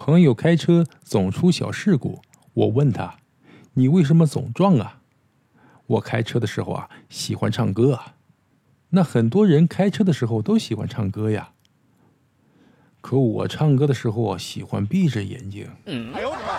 朋友开车总出小事故，我问他：“你为什么总撞啊？”我开车的时候啊，喜欢唱歌啊。那很多人开车的时候都喜欢唱歌呀。可我唱歌的时候喜欢闭着眼睛。 哎呦我的妈！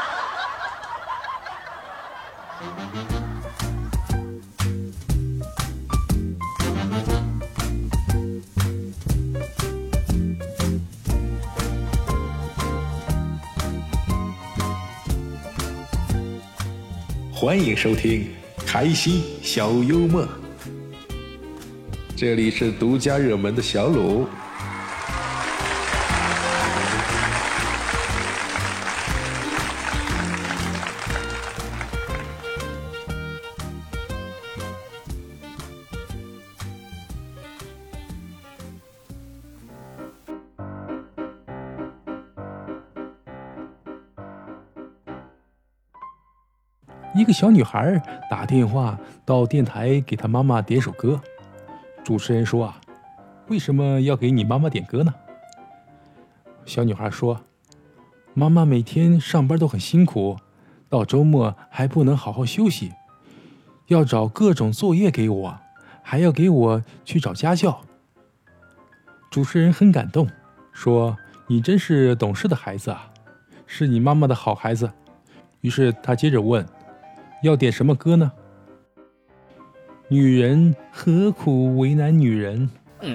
欢迎收听开心小幽默，这里是独家热门的小鲁。一个小女孩打电话到电台给她妈妈点首歌，主持人说啊，为什么要给你妈妈点歌呢？小女孩说，妈妈每天上班都很辛苦，到周末还不能好好休息，要找各种作业给我，还要给我去找家教。主持人很感动，说你真是懂事的孩子啊，是你妈妈的好孩子。于是他接着问，要点什么歌呢？女人何苦为难女人？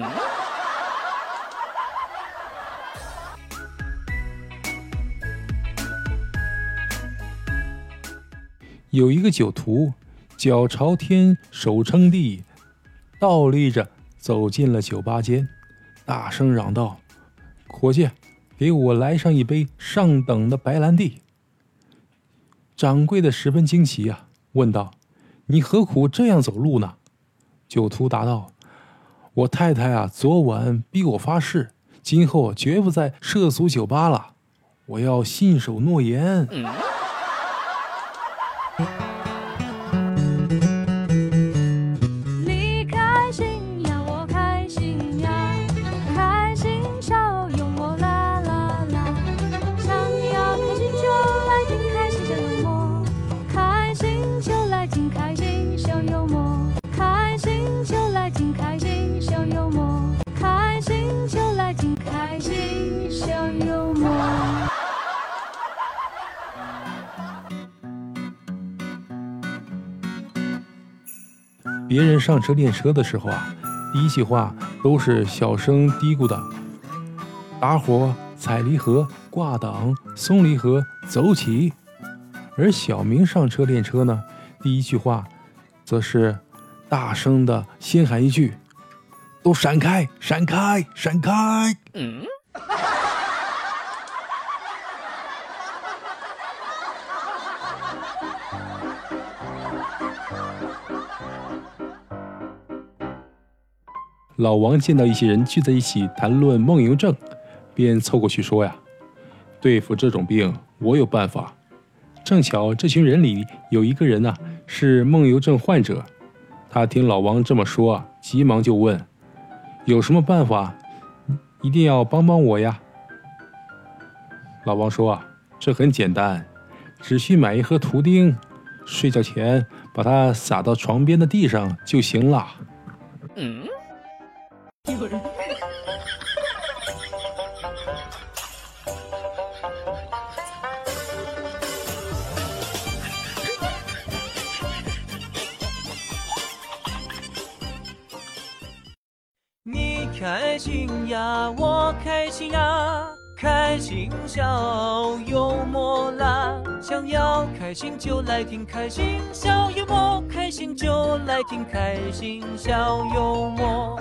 有一个酒徒，脚朝天，手撑地，倒立着走进了酒吧间，大声嚷道：“伙计，给我来上一杯上等的白兰地。”掌柜的十分惊奇啊，问道：“你何苦这样走路呢？”酒徒答道：“我太太啊，昨晚逼我发誓，今后绝不再涉足酒吧了，我要信守诺言。” 你开心呀，我开心呀，开心笑幽默啦啦啦，想要开心就来听开心小幽默，开心就来听开心小幽默，开心就来听开心小幽默，开心就来听开心小幽默。 别人上车练车的时候啊，第一句话都是小声嘀咕的：“打火、踩离合、挂档、松离合、走起。”而小明上车练车呢，第一句话则是大声的先喊一句：“都闪开，闪开，闪开！”老王见到一些人聚在一起谈论梦游症，便凑过去说呀：“对付这种病，我有办法。”正巧这群人里有一个人啊，是梦游症患者。他听老王这么说啊，急忙就问：“有什么办法？一定要帮帮我呀！”老王说啊：“这很简单，只需买一盒图钉，睡觉前把它撒到床边的地上就行了。” 你开心呀，我开心呀，开心小幽默啦！想要开心就来听开心小幽默，开心就来听开心小幽默。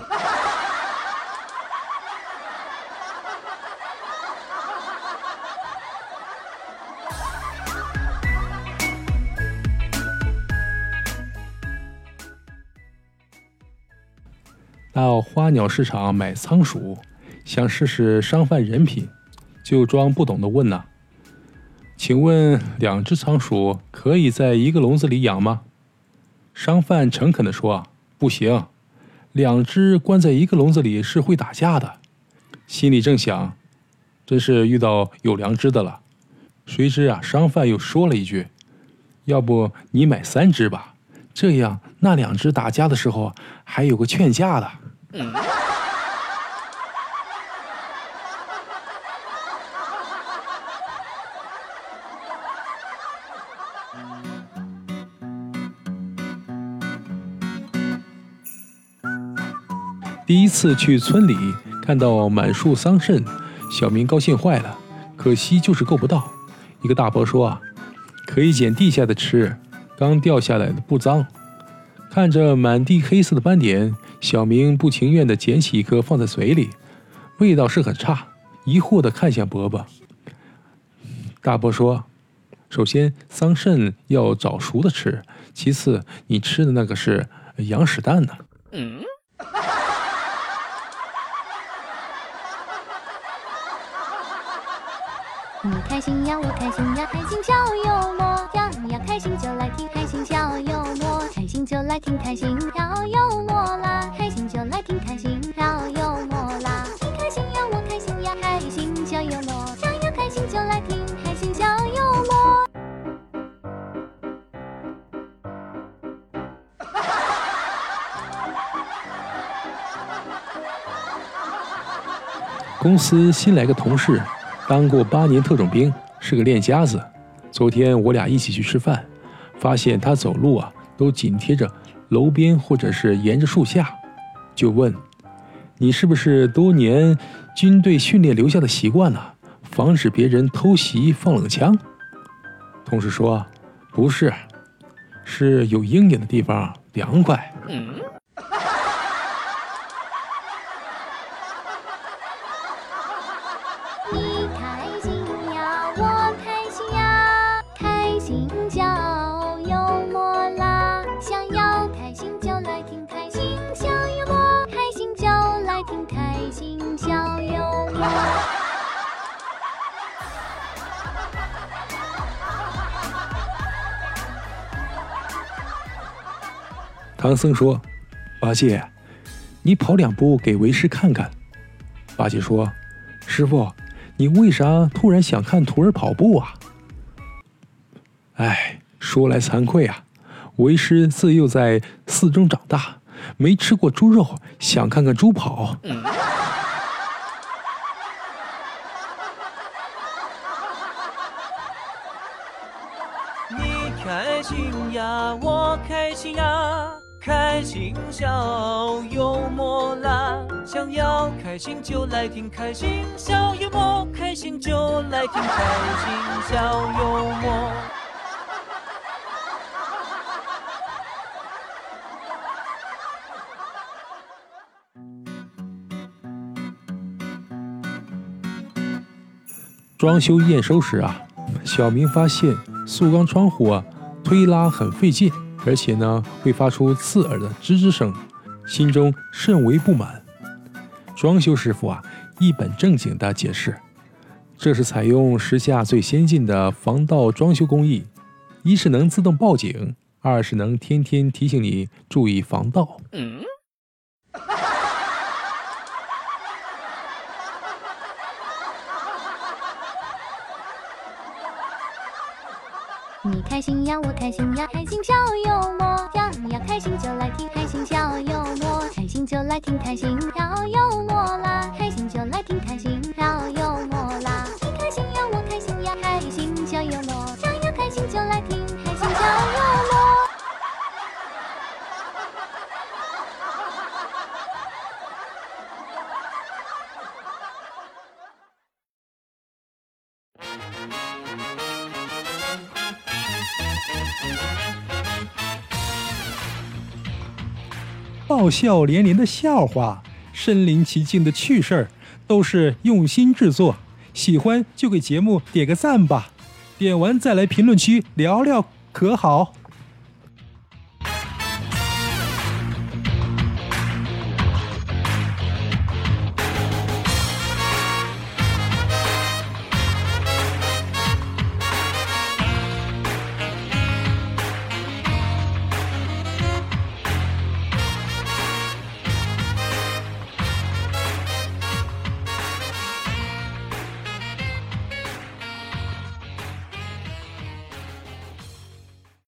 到花鸟市场买仓鼠，想试试商贩人品，就装不懂的问呐：“请问2只仓鼠可以在一个笼子里养吗？”商贩诚恳地说：“不行，2只关在一个笼子里是会打架的。”心里正想， 真是遇到有良知的了。谁知啊，商贩又说了一句：“要不你买3只吧，这样那2只打架的时候还有个劝架的。”第一次去村里，看到满树桑葚，小明高兴坏了，可惜就是够不到。一个大伯说啊，可以捡地下的吃，刚掉下来的不脏。看着满地黑色的斑点，小明不情愿地捡起一颗放在嘴里，味道是很差，疑惑地看向伯伯。大伯说，首先桑葚要早熟的吃，其次你吃的那个是羊屎蛋呢。 你开心呀，我开心呀，开心小幽默呀呀，开心就来听开心小幽默，开心就来听开心小幽默啦，开心就来听开心小幽默啦。你开心呀，我开心呀，开心小幽默呀呀，开心就来听开心小幽默。 公司新来个同事，当过8年特种兵，是个练家子。昨天我俩一起去吃饭，发现他走路啊都紧贴着楼边或者是沿着树下，就问：“你是不是多年军队训练留下的习惯呢？防止别人偷袭放冷枪？”同事说：“不是，是有阴影的地方凉快。” 你开心呀，我开心呀，开心小幽默啦！想要开心就来听开心小幽默，开心就来听开心小幽默。 唐僧说：“八戒，你跑2步给为师看看。”八戒说：“师傅，你为啥突然想看徒儿跑步啊？”哎，说来惭愧啊，为师自幼在寺中长大，没吃过猪肉，想看看猪跑。 你开心呀，我开心呀，开心小幽默啦！想要开心就来听开心小幽默，开心就来听开心小幽默。 装修验收时啊，小明发现塑钢窗户啊推拉很费劲，而且呢会发出刺耳的吱吱声，心中甚为不满。装修师傅啊一本正经地解释，这是采用时下最先进的防盗装修工艺，一是能自动报警，二是能天天提醒你注意防盗。 你开心呀，我开心呀，开心小幽默呀呀，开心就来听开心小幽默，开心就来听开心小幽默啦，开心就来听开心小幽默啦。你开心呀，我开心呀，开心小幽默呀呀，开心就来听开心小幽默。 爆笑连连的笑话，身临其境的趣事儿，都是用心制作。喜欢就给节目点个赞吧，点完再来评论区聊聊，可好？